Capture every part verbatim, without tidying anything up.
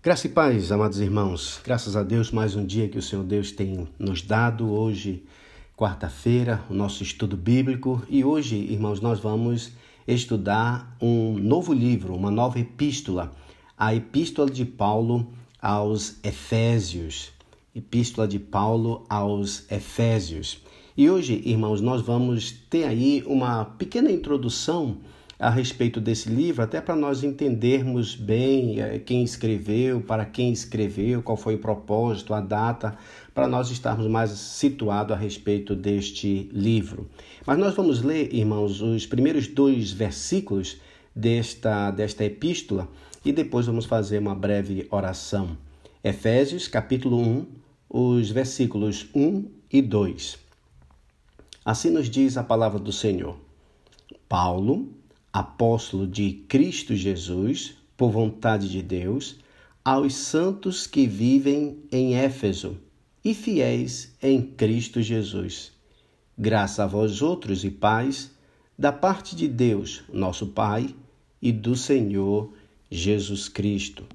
Graça e paz, amados irmãos. Graças a Deus, mais um dia que o Senhor Deus tem nos dado. Hoje, quarta-feira, o nosso estudo bíblico. E hoje, irmãos, nós vamos estudar um novo livro, uma nova epístola. A Epístola de Paulo aos Efésios. Epístola de Paulo aos Efésios. E hoje, irmãos, nós vamos ter aí uma pequena introdução a respeito desse livro, até para nós entendermos bem quem escreveu, para quem escreveu, qual foi o propósito, a data, para nós estarmos mais situados a respeito deste livro. Mas nós vamos ler, irmãos, os primeiros dois versículos desta, desta epístola e depois vamos fazer uma breve oração. Efésios, capítulo um, os versículos um e dois. Assim nos diz a palavra do Senhor. Paulo, apóstolo de Cristo Jesus, por vontade de Deus, aos santos que vivem em Éfeso e fiéis em Cristo Jesus. Graça a vós outros e paz, da parte de Deus, nosso Pai, e do Senhor Jesus Cristo.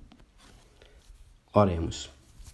Oremos.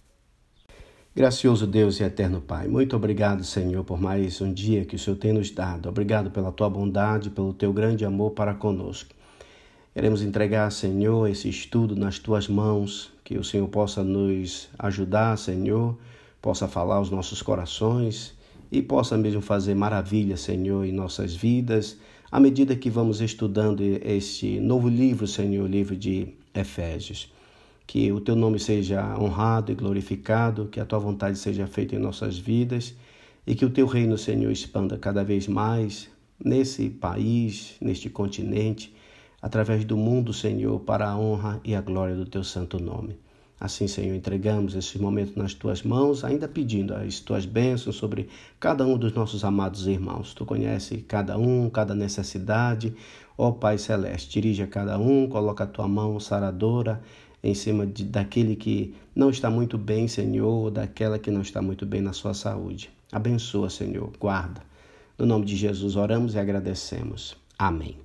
Gracioso Deus e eterno Pai, muito obrigado, Senhor, por mais um dia que o Senhor tem nos dado. Obrigado pela tua bondade, pelo teu grande amor para conosco. Queremos entregar, Senhor, esse estudo nas tuas mãos, que o Senhor possa nos ajudar, Senhor, possa falar aos nossos corações e possa mesmo fazer maravilha, Senhor, em nossas vidas, à medida que vamos estudando este novo livro, Senhor, o livro de Efésios. Que o teu nome seja honrado e glorificado, que a tua vontade seja feita em nossas vidas e que o teu reino, Senhor, expanda cada vez mais nesse país, neste continente, através do mundo, Senhor, para a honra e a glória do teu santo nome. Assim, Senhor, entregamos esse momento nas tuas mãos, ainda pedindo as tuas bênçãos sobre cada um dos nossos amados irmãos. Tu conheces cada um, cada necessidade. Ó Pai Celeste, dirige a cada um, coloca a tua mão saradora em cima de, daquele que não está muito bem, Senhor, ou daquela que não está muito bem na sua saúde. Abençoa, Senhor, guarda. No nome de Jesus oramos e agradecemos. Amém.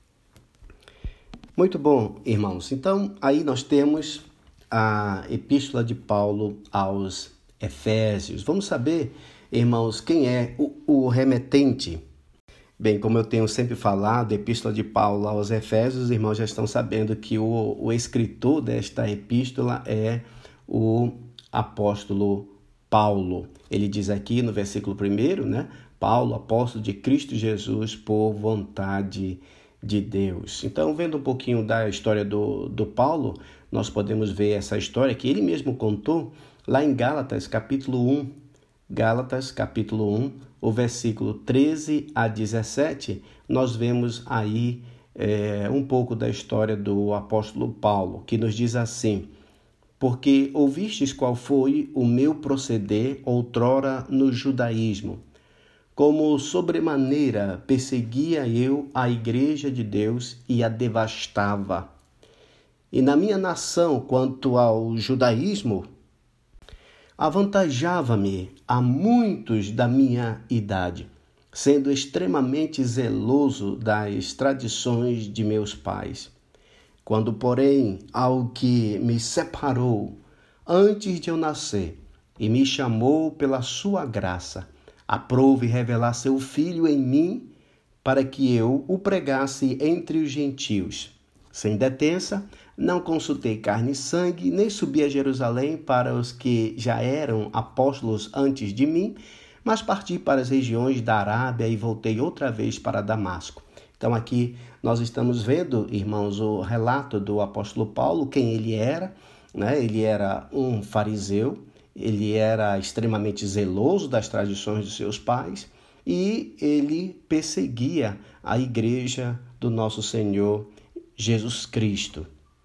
Muito bom, irmãos. Então, aí nós temos a Epístola de Paulo aos Efésios. Vamos saber, irmãos, quem é o, o remetente. Bem, como eu tenho sempre falado, a Epístola de Paulo aos Efésios, os irmãos já estão sabendo que o, o escritor desta epístola é o apóstolo Paulo. Ele diz aqui no versículo primeiro, né? Paulo, apóstolo de Cristo Jesus, por vontade de Deus. Então, vendo um pouquinho da história do, do Paulo, nós podemos ver essa história que ele mesmo contou lá em Gálatas, capítulo um. Gálatas, capítulo um, o versículo treze a dezessete, nós vemos aí é, um pouco da história do apóstolo Paulo, que nos diz assim: porque ouvistes qual foi o meu proceder outrora no judaísmo, como sobremaneira perseguia eu a igreja de Deus e a devastava. E na minha nação, quanto ao judaísmo, avantajava-me a muitos da minha idade, sendo extremamente zeloso das tradições de meus pais. Quando, porém, ao que me separou antes de eu nascer e me chamou pela sua graça, aprove revelar seu Filho em mim para que eu o pregasse entre os gentios. Sem detença, não consultei carne e sangue, nem subi a Jerusalém para os que já eram apóstolos antes de mim, mas parti para as regiões da Arábia e voltei outra vez para Damasco. Então aqui nós estamos vendo, irmãos, o relato do apóstolo Paulo, quem ele era, né? Ele era um fariseu, ele era extremamente zeloso das tradições de seus pais e ele perseguia a igreja do nosso Senhor Jesus Cristo.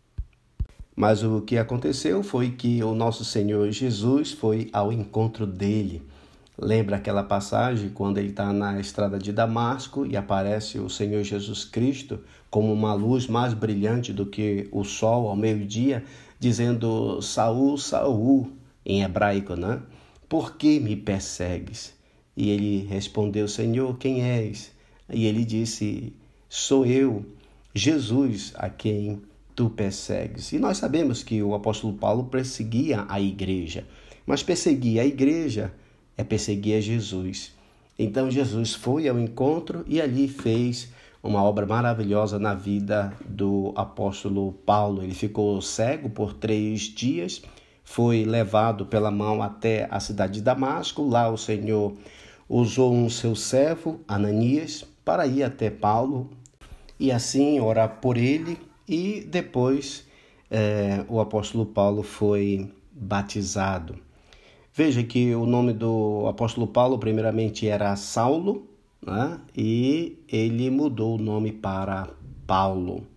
Mas o que aconteceu foi que o nosso Senhor Jesus foi ao encontro dele. Lembra aquela passagem quando ele está na estrada de Damasco e aparece o Senhor Jesus Cristo como uma luz mais brilhante do que o sol ao meio-dia, dizendo: Saul, Saul, em hebraico, né? Por que me persegues? E ele respondeu: Senhor, quem és? E ele disse: sou eu, Jesus, a quem tu persegues? E nós sabemos que o apóstolo Paulo perseguia a igreja, mas perseguir a igreja é perseguir a Jesus. Então Jesus foi ao encontro e ali fez uma obra maravilhosa na vida do apóstolo Paulo. Ele ficou cego por três dias, foi levado pela mão até a cidade de Damasco. Lá o Senhor usou um seu servo, Ananias, para ir até Paulo e assim orar por ele. E depois eh, o apóstolo Paulo foi batizado. Veja que o nome do apóstolo Paulo primeiramente era Saulo, né? E ele mudou o nome para Paulo.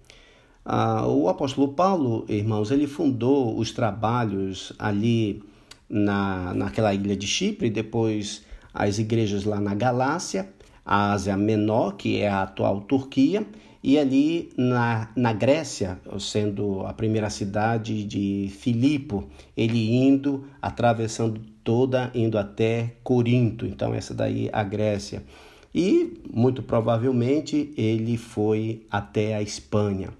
Ah, o apóstolo Paulo, irmãos, ele fundou os trabalhos ali na, naquela ilha de Chipre, depois as igrejas lá na Galácia, a Ásia Menor, que é a atual Turquia, e ali na, na Grécia, sendo a primeira cidade de Filipo, ele indo, atravessando toda, indo até Corinto. Então essa daí a Grécia. E muito provavelmente ele foi até a Espanha.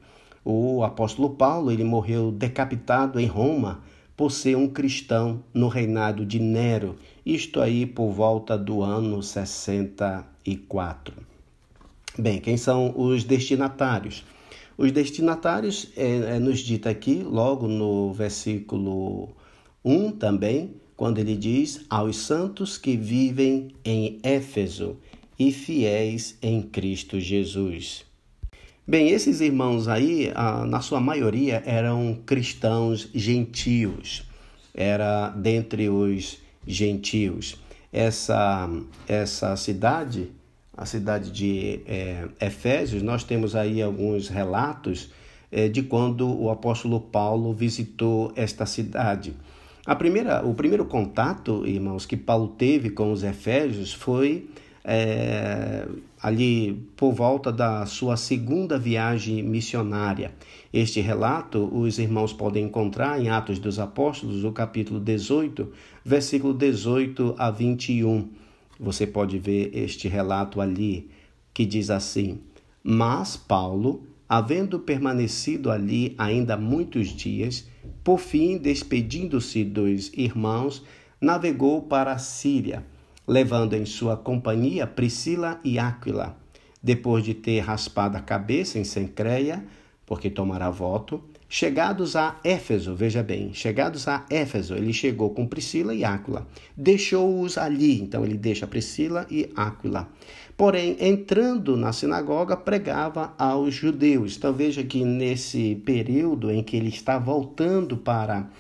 O apóstolo Paulo, ele morreu decapitado em Roma por ser um cristão no reinado de Nero, isto aí por volta do ano sessenta e quatro. Bem, quem são os destinatários? Os destinatários é, é, nos dita aqui, logo no versículo um também, quando ele diz: aos santos que vivem em Éfeso e fiéis em Cristo Jesus. Bem, esses irmãos aí, na sua maioria, eram cristãos gentios, era dentre os gentios. Essa, essa cidade, a cidade de é, Efésios, nós temos aí alguns relatos é, de quando o apóstolo Paulo visitou esta cidade. A primeira, o primeiro contato, irmãos, que Paulo teve com os efésios foi É, ali por volta da sua segunda viagem missionária. Este relato os irmãos podem encontrar em Atos dos Apóstolos, o capítulo dezoito, versículo dezoito a vinte e um. Você pode ver este relato ali, que diz assim: mas Paulo, havendo permanecido ali ainda muitos dias, por fim, despedindo-se dos irmãos, navegou para a Síria, levando em sua companhia Priscila e Áquila. Depois de ter raspado a cabeça em Cencreia, porque tomará voto, chegados a Éfeso, veja bem, chegados a Éfeso, ele chegou com Priscila e Áquila, deixou-os ali, então ele deixa Priscila e Áquila. Porém, entrando na sinagoga, pregava aos judeus. Então veja que nesse período em que ele está voltando para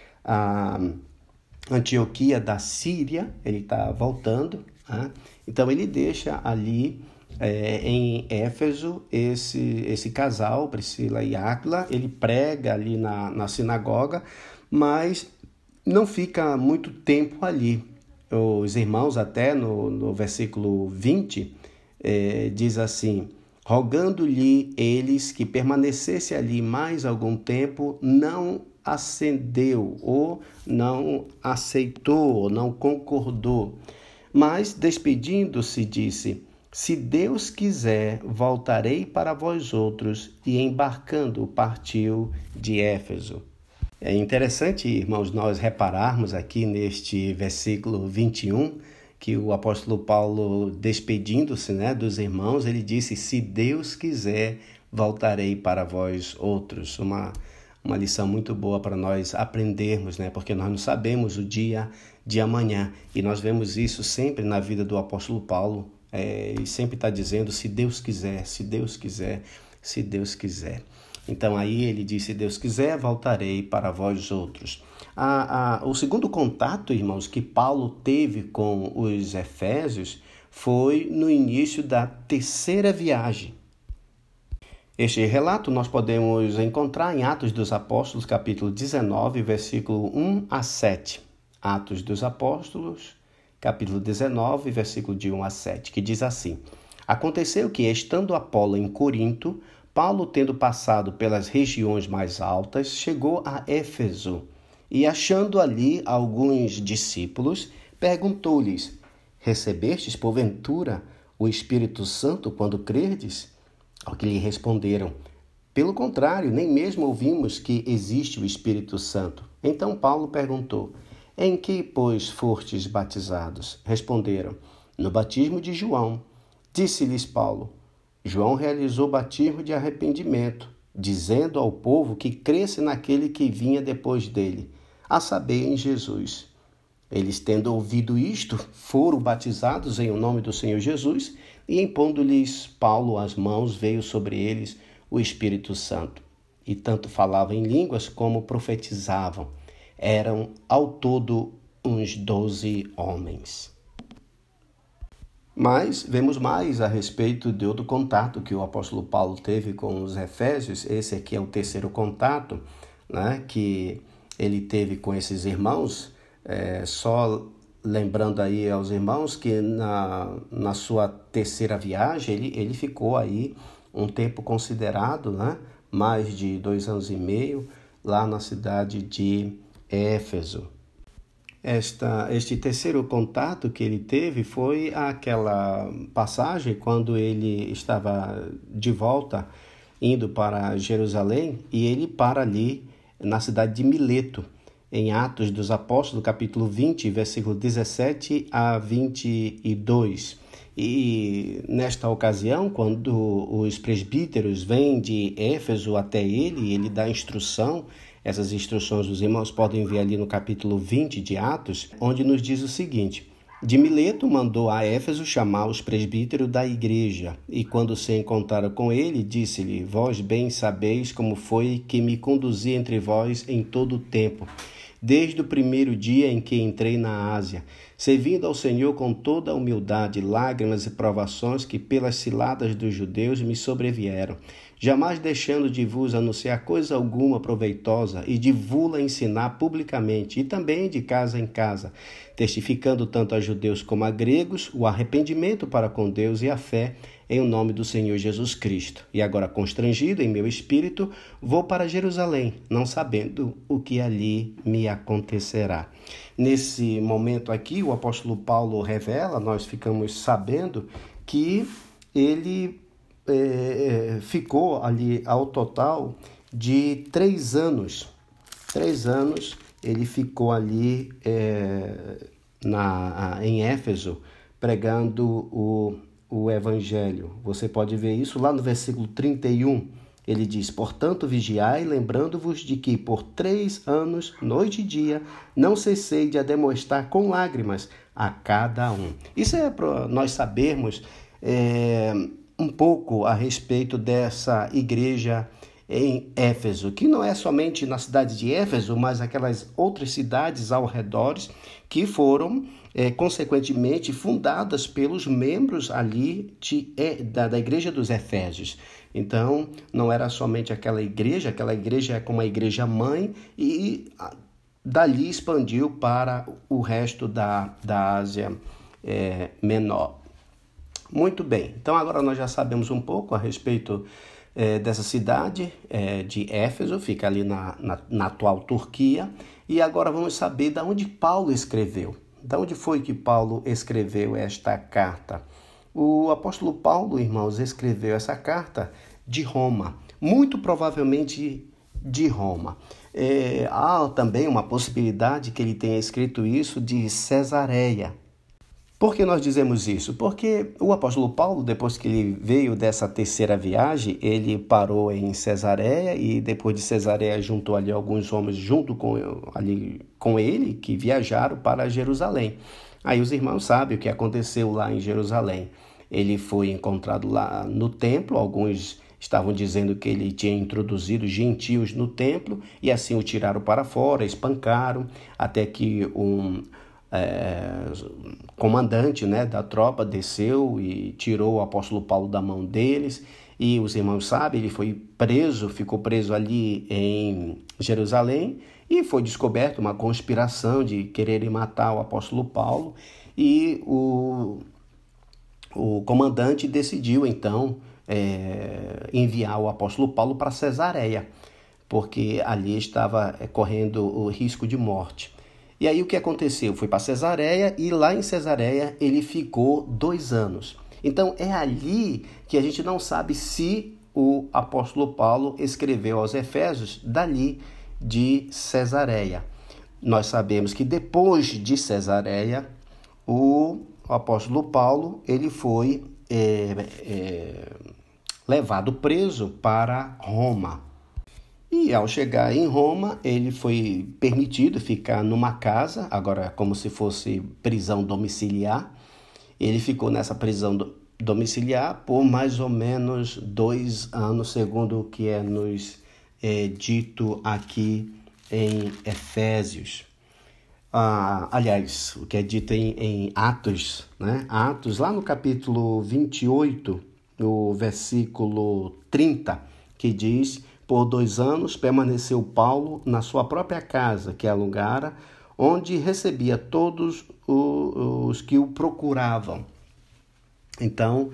a Antioquia da Síria, ele está voltando, né? Então ele deixa ali é, em Éfeso esse, esse casal, Priscila e Áquila, ele prega ali na, na sinagoga, mas não fica muito tempo ali. Os irmãos até no, no versículo vinte é, diz assim: rogando-lhe eles que permanecesse ali mais algum tempo, não acendeu ou não aceitou ou não concordou, mas despedindo-se disse: se Deus quiser, voltarei para vós outros, e embarcando partiu de Éfeso. É interessante, irmãos, nós repararmos aqui neste versículo vinte e um que o apóstolo Paulo, despedindo-se, né, dos irmãos, ele disse: se Deus quiser, voltarei para vós outros. Uma Uma lição muito boa para nós aprendermos, né? Porque nós não sabemos o dia de amanhã. E nós vemos isso sempre na vida do apóstolo Paulo. É, ele sempre está dizendo: se Deus quiser, se Deus quiser, se Deus quiser. Então aí ele diz: se Deus quiser, voltarei para vós outros. A, a, o segundo contato, irmãos, que Paulo teve com os efésios foi no início da terceira viagem. Este relato nós podemos encontrar em Atos dos Apóstolos, capítulo dezenove, versículo um a sete. Atos dos Apóstolos, capítulo dezenove, versículo de um a sete, que diz assim: aconteceu que, estando Apolo em Corinto, Paulo, tendo passado pelas regiões mais altas, chegou a Éfeso e, achando ali alguns discípulos, perguntou-lhes: recebestes, porventura, o Espírito Santo quando crerdes? Ao que lhe responderam: Pelo contrário, nem mesmo ouvimos que existe o Espírito Santo. Então Paulo perguntou: em que, pois, fostes batizados? Responderam: no batismo de João. Disse-lhes Paulo: João realizou batismo de arrependimento, dizendo ao povo que cresce naquele que vinha depois dele, a saber, em Jesus. Eles, tendo ouvido isto, foram batizados em o nome do Senhor Jesus, e impondo-lhes Paulo as mãos, veio sobre eles o Espírito Santo. E tanto falavam em línguas como profetizavam. Eram ao todo uns doze homens. Mas vemos mais a respeito de outro contato que o apóstolo Paulo teve com os Efésios. Esse aqui é o terceiro contato, né, que ele teve com esses irmãos. É, só lembrando aí aos irmãos que na, na sua terceira viagem ele, ele ficou aí um tempo considerado, né, mais de dois anos e meio, lá na cidade de Éfeso. Esta, este terceiro contato que ele teve foi aquela passagem quando ele estava de volta indo para Jerusalém e ele para ali na cidade de Mileto, em Atos dos Apóstolos, capítulo vinte, versículo dezessete a vinte e dois. E nesta ocasião, quando os presbíteros vêm de Éfeso até ele, ele dá instrução. Essas instruções os irmãos podem ver ali no capítulo vinte de Atos, onde nos diz o seguinte: de Mileto mandou a Éfeso chamar os presbíteros da igreja, e quando se encontraram com ele, disse-lhe: vós bem sabeis como foi que me conduzi entre vós em todo o tempo, desde o primeiro dia em que entrei na Ásia, servindo ao Senhor com toda a humildade, lágrimas e provações que pelas ciladas dos judeus me sobrevieram, jamais deixando de vos anunciar coisa alguma proveitosa e de vos-la ensinar publicamente e também de casa em casa, testificando tanto a judeus como a gregos o arrependimento para com Deus e a fé em o nome do Senhor Jesus Cristo. E agora, constrangido em meu espírito, vou para Jerusalém, não sabendo o que ali me acontecerá. Nesse momento aqui, o apóstolo Paulo revela, nós ficamos sabendo que ele É, ficou ali ao total de três anos. Três anos ele ficou ali é, na, em Éfeso pregando o, o Evangelho. Você pode ver isso lá no versículo trinta e um. Ele diz: portanto, vigiai, lembrando-vos de que por três anos, noite e dia, não cessei de demonstrar com lágrimas a cada um. Isso é para nós sabermos É, um pouco a respeito dessa igreja em Éfeso, que não é somente na cidade de Éfeso, mas aquelas outras cidades ao redor que foram, é, consequentemente, fundadas pelos membros ali de, da, da igreja dos Efésios. Então, não era somente aquela igreja, aquela igreja é como a igreja mãe, e dali expandiu para o resto da, da Ásia é, Menor. Muito bem, então agora nós já sabemos um pouco a respeito é, dessa cidade é, de Éfeso, fica ali na, na, na atual Turquia, e agora vamos saber de onde Paulo escreveu. De onde foi que Paulo escreveu esta carta? O apóstolo Paulo, irmãos, escreveu essa carta de Roma, muito provavelmente de Roma. É, há também uma possibilidade que ele tenha escrito isso de Cesareia. Por que nós dizemos isso? Porque o apóstolo Paulo, depois que ele veio dessa terceira viagem, ele parou em Cesareia e depois de Cesareia juntou ali alguns homens junto com, ali, com ele que viajaram para Jerusalém. Aí os irmãos sabem o que aconteceu lá em Jerusalém. Ele foi encontrado lá no templo, alguns estavam dizendo que ele tinha introduzido gentios no templo e assim o tiraram para fora, espancaram, até que um... É, comandante, né, da tropa desceu e tirou o apóstolo Paulo da mão deles, e os irmãos sabem, ele foi preso, ficou preso ali em Jerusalém, e foi descoberto uma conspiração de quererem matar o apóstolo Paulo, e o, o comandante decidiu então é, enviar o apóstolo Paulo para Cesareia, porque ali estava correndo o risco de morte. E aí o que aconteceu? Foi para Cesareia e lá em Cesareia ele ficou dois anos. Então é ali que a gente não sabe se o apóstolo Paulo escreveu aos Efésios dali de Cesareia. Nós sabemos que depois de Cesareia, o apóstolo Paulo ele foi é, é, levado preso para Roma. E ao chegar em Roma, ele foi permitido ficar numa casa, agora como se fosse prisão domiciliar. Ele ficou nessa prisão domiciliar por mais ou menos dois anos, segundo o que é nos é, dito aqui em Efésios. Ah, aliás, o que é dito em, em Atos, né? Atos, lá no capítulo vinte e oito, no versículo trinta, que diz: por dois anos permaneceu Paulo na sua própria casa, que alugara, onde recebia todos os que o procuravam. Então,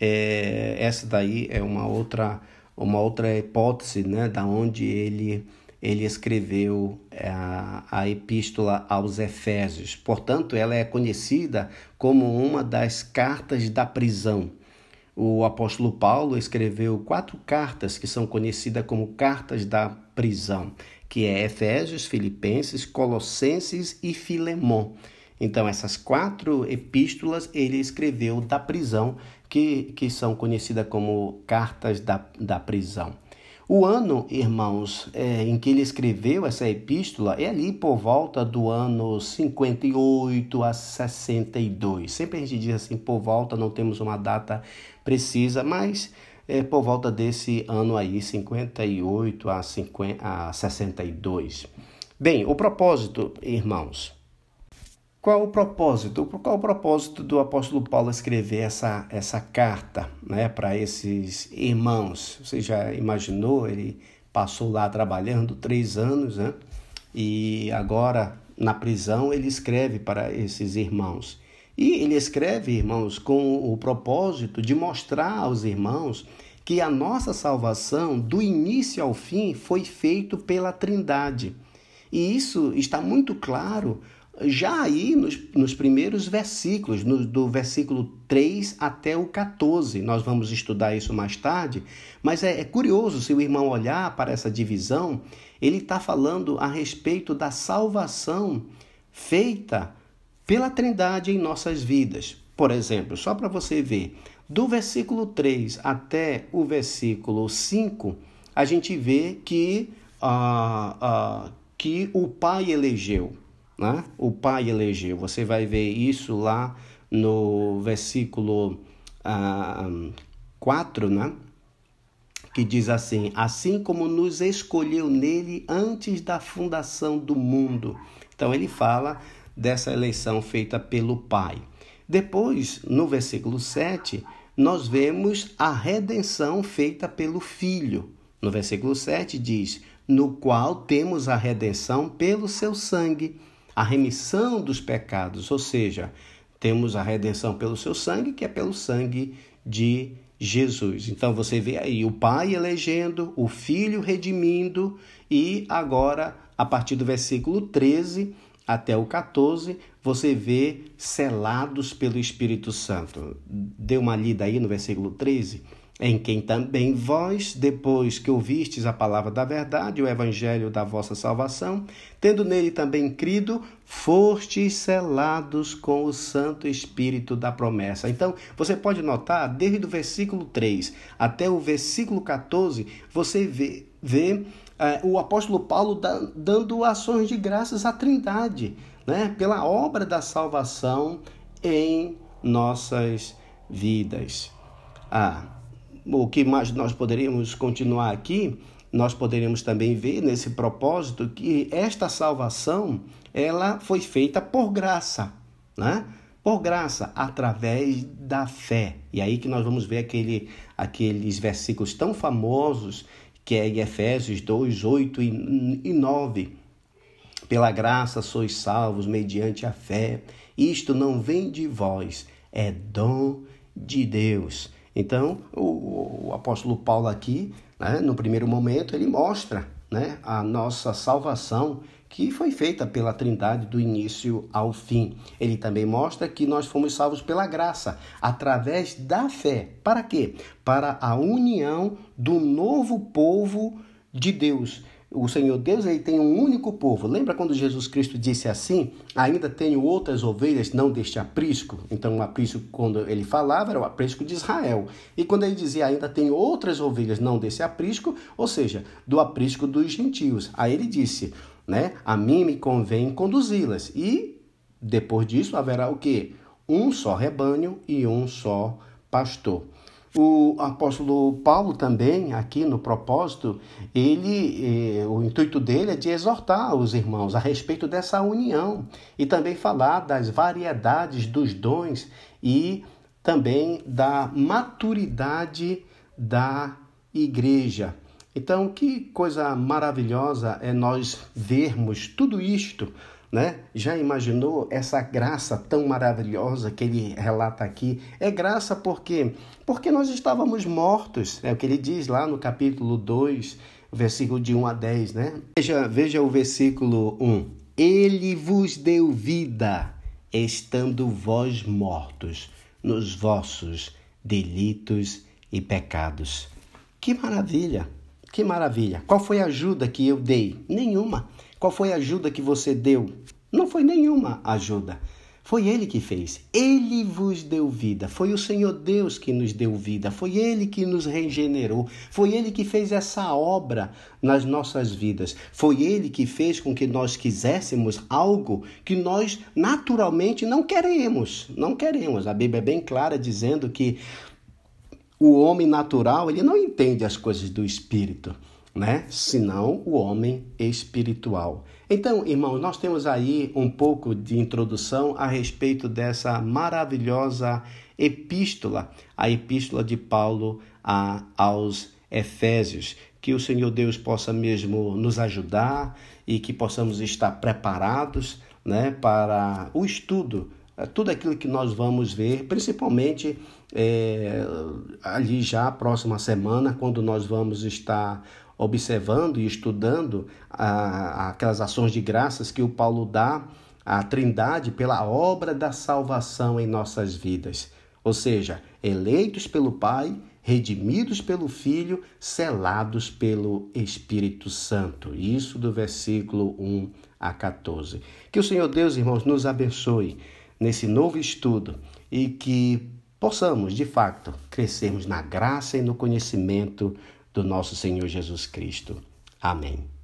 é, essa daí é uma outra, uma outra hipótese, né, da onde ele, ele escreveu a, a epístola aos Efésios. Portanto, ela é conhecida como uma das cartas da prisão. O apóstolo Paulo escreveu quatro cartas que são conhecidas como cartas da prisão, que é Efésios, Filipenses, Colossenses e Filemon. Então, essas quatro epístolas ele escreveu da prisão, que, que são conhecidas como cartas da, da prisão. O ano, irmãos, é, em que ele escreveu essa epístola é ali por volta do ano cinquenta e oito a sessenta e dois. Sempre a gente diz assim, por volta, não temos uma data precisa, mas é por volta desse ano aí, cinquenta e oito a sessenta e dois. Bem, o propósito, irmãos. Qual o propósito? Qual o propósito do apóstolo Paulo escrever essa, essa carta, né, para esses irmãos? Você já imaginou? Ele passou lá trabalhando três anos, né? E agora, na prisão, ele escreve para esses irmãos. E ele escreve, irmãos, com o propósito de mostrar aos irmãos que a nossa salvação, do início ao fim, foi feito pela Trindade. E isso está muito claro já aí nos, nos primeiros versículos, no, do versículo três até o quatorze. Nós vamos estudar isso mais tarde, mas é, é curioso, se o irmão olhar para essa divisão, ele está falando a respeito da salvação feita pela Trindade em nossas vidas. Por exemplo, só para você ver, do versículo três até o versículo cinco, a gente vê que, uh, uh, que o Pai elegeu. Né? O Pai elegeu. Você vai ver isso lá no versículo uh, quatro, né? Que diz assim: assim como nos escolheu nele antes da fundação do mundo. Então ele fala dessa eleição feita pelo Pai. Depois, no versículo sete, nós vemos a redenção feita pelo Filho. No versículo sete diz: no qual temos a redenção pelo seu sangue, a remissão dos pecados, ou seja, temos a redenção pelo seu sangue, que é pelo sangue de Jesus. Então você vê aí o Pai elegendo, o Filho redimindo e agora, a partir do versículo treze até o quatorze, você vê selados pelo Espírito Santo. Dê uma lida aí no versículo treze. Em quem também vós, depois que ouvistes a palavra da verdade, o evangelho da vossa salvação, tendo nele também crido, fostes selados com o Santo Espírito da promessa. Então, você pode notar, desde o versículo três até o versículo quatorze, você vê, vê uh, o apóstolo Paulo da, dando ações de graças à Trindade, né, pela obra da salvação em nossas vidas. Ah, o que mais nós poderíamos continuar aqui, nós poderíamos também ver nesse propósito que esta salvação, ela foi feita por graça, né? Por graça, através da fé. E aí que nós vamos ver aquele, aqueles versículos tão famosos, que é em Efésios dois, oito e nove. Pela graça sois salvos mediante a fé. Isto não vem de vós, é dom de Deus. Então, o, o apóstolo Paulo aqui, né, no primeiro momento, ele mostra, né, a nossa salvação que foi feita pela Trindade do início ao fim. Ele também mostra que nós fomos salvos pela graça, através da fé. Para quê? Para a união do novo povo de Deus. O Senhor Deus, ele tem um único povo. Lembra quando Jesus Cristo disse assim: ainda tenho outras ovelhas, não deste aprisco? Então o aprisco, quando ele falava, era o aprisco de Israel. E quando ele dizia ainda tenho outras ovelhas, não desse aprisco, ou seja, do aprisco dos gentios. Aí ele disse, né, a mim me convém conduzi-las. E depois disso haverá o quê? Um só rebanho e um só pastor. O apóstolo Paulo também, aqui no propósito, ele, eh, o intuito dele é de exortar os irmãos a respeito dessa união e também falar das variedades dos dons e também da maturidade da igreja. Então, que coisa maravilhosa é nós vermos tudo isto, né? Já imaginou essa graça tão maravilhosa que ele relata aqui? É graça porque porque nós estávamos mortos, é o que ele diz lá no capítulo dois, versículo de um a dez, né? Veja, veja o versículo um. Ele vos deu vida, estando vós mortos nos vossos delitos e pecados. Que maravilha! Que maravilha! Qual foi a ajuda que eu dei? Nenhuma. Qual foi a ajuda que você deu? Não foi nenhuma ajuda. Foi Ele que fez. Ele vos deu vida. Foi o Senhor Deus que nos deu vida. Foi Ele que nos regenerou. Foi Ele que fez essa obra nas nossas vidas. Foi Ele que fez com que nós quiséssemos algo que nós naturalmente não queremos. Não queremos. A Bíblia é bem clara dizendo que o homem natural, ele não entende as coisas do Espírito, né? Senão o homem espiritual. Então, irmãos, nós temos aí um pouco de introdução a respeito dessa maravilhosa epístola, a epístola de Paulo a, aos Efésios. Que o Senhor Deus possa mesmo nos ajudar e que possamos estar preparados, né, para o estudo, tudo aquilo que nós vamos ver, principalmente é, ali já a próxima semana, quando nós vamos estar observando e estudando ah, aquelas ações de graças que o Paulo dá à Trindade pela obra da salvação em nossas vidas. Ou seja, eleitos pelo Pai, redimidos pelo Filho, selados pelo Espírito Santo. Isso do versículo um a quatorze. Que o Senhor Deus, irmãos, nos abençoe nesse novo estudo e que possamos, de fato, crescermos na graça e no conhecimento do nosso Senhor Jesus Cristo. Amém.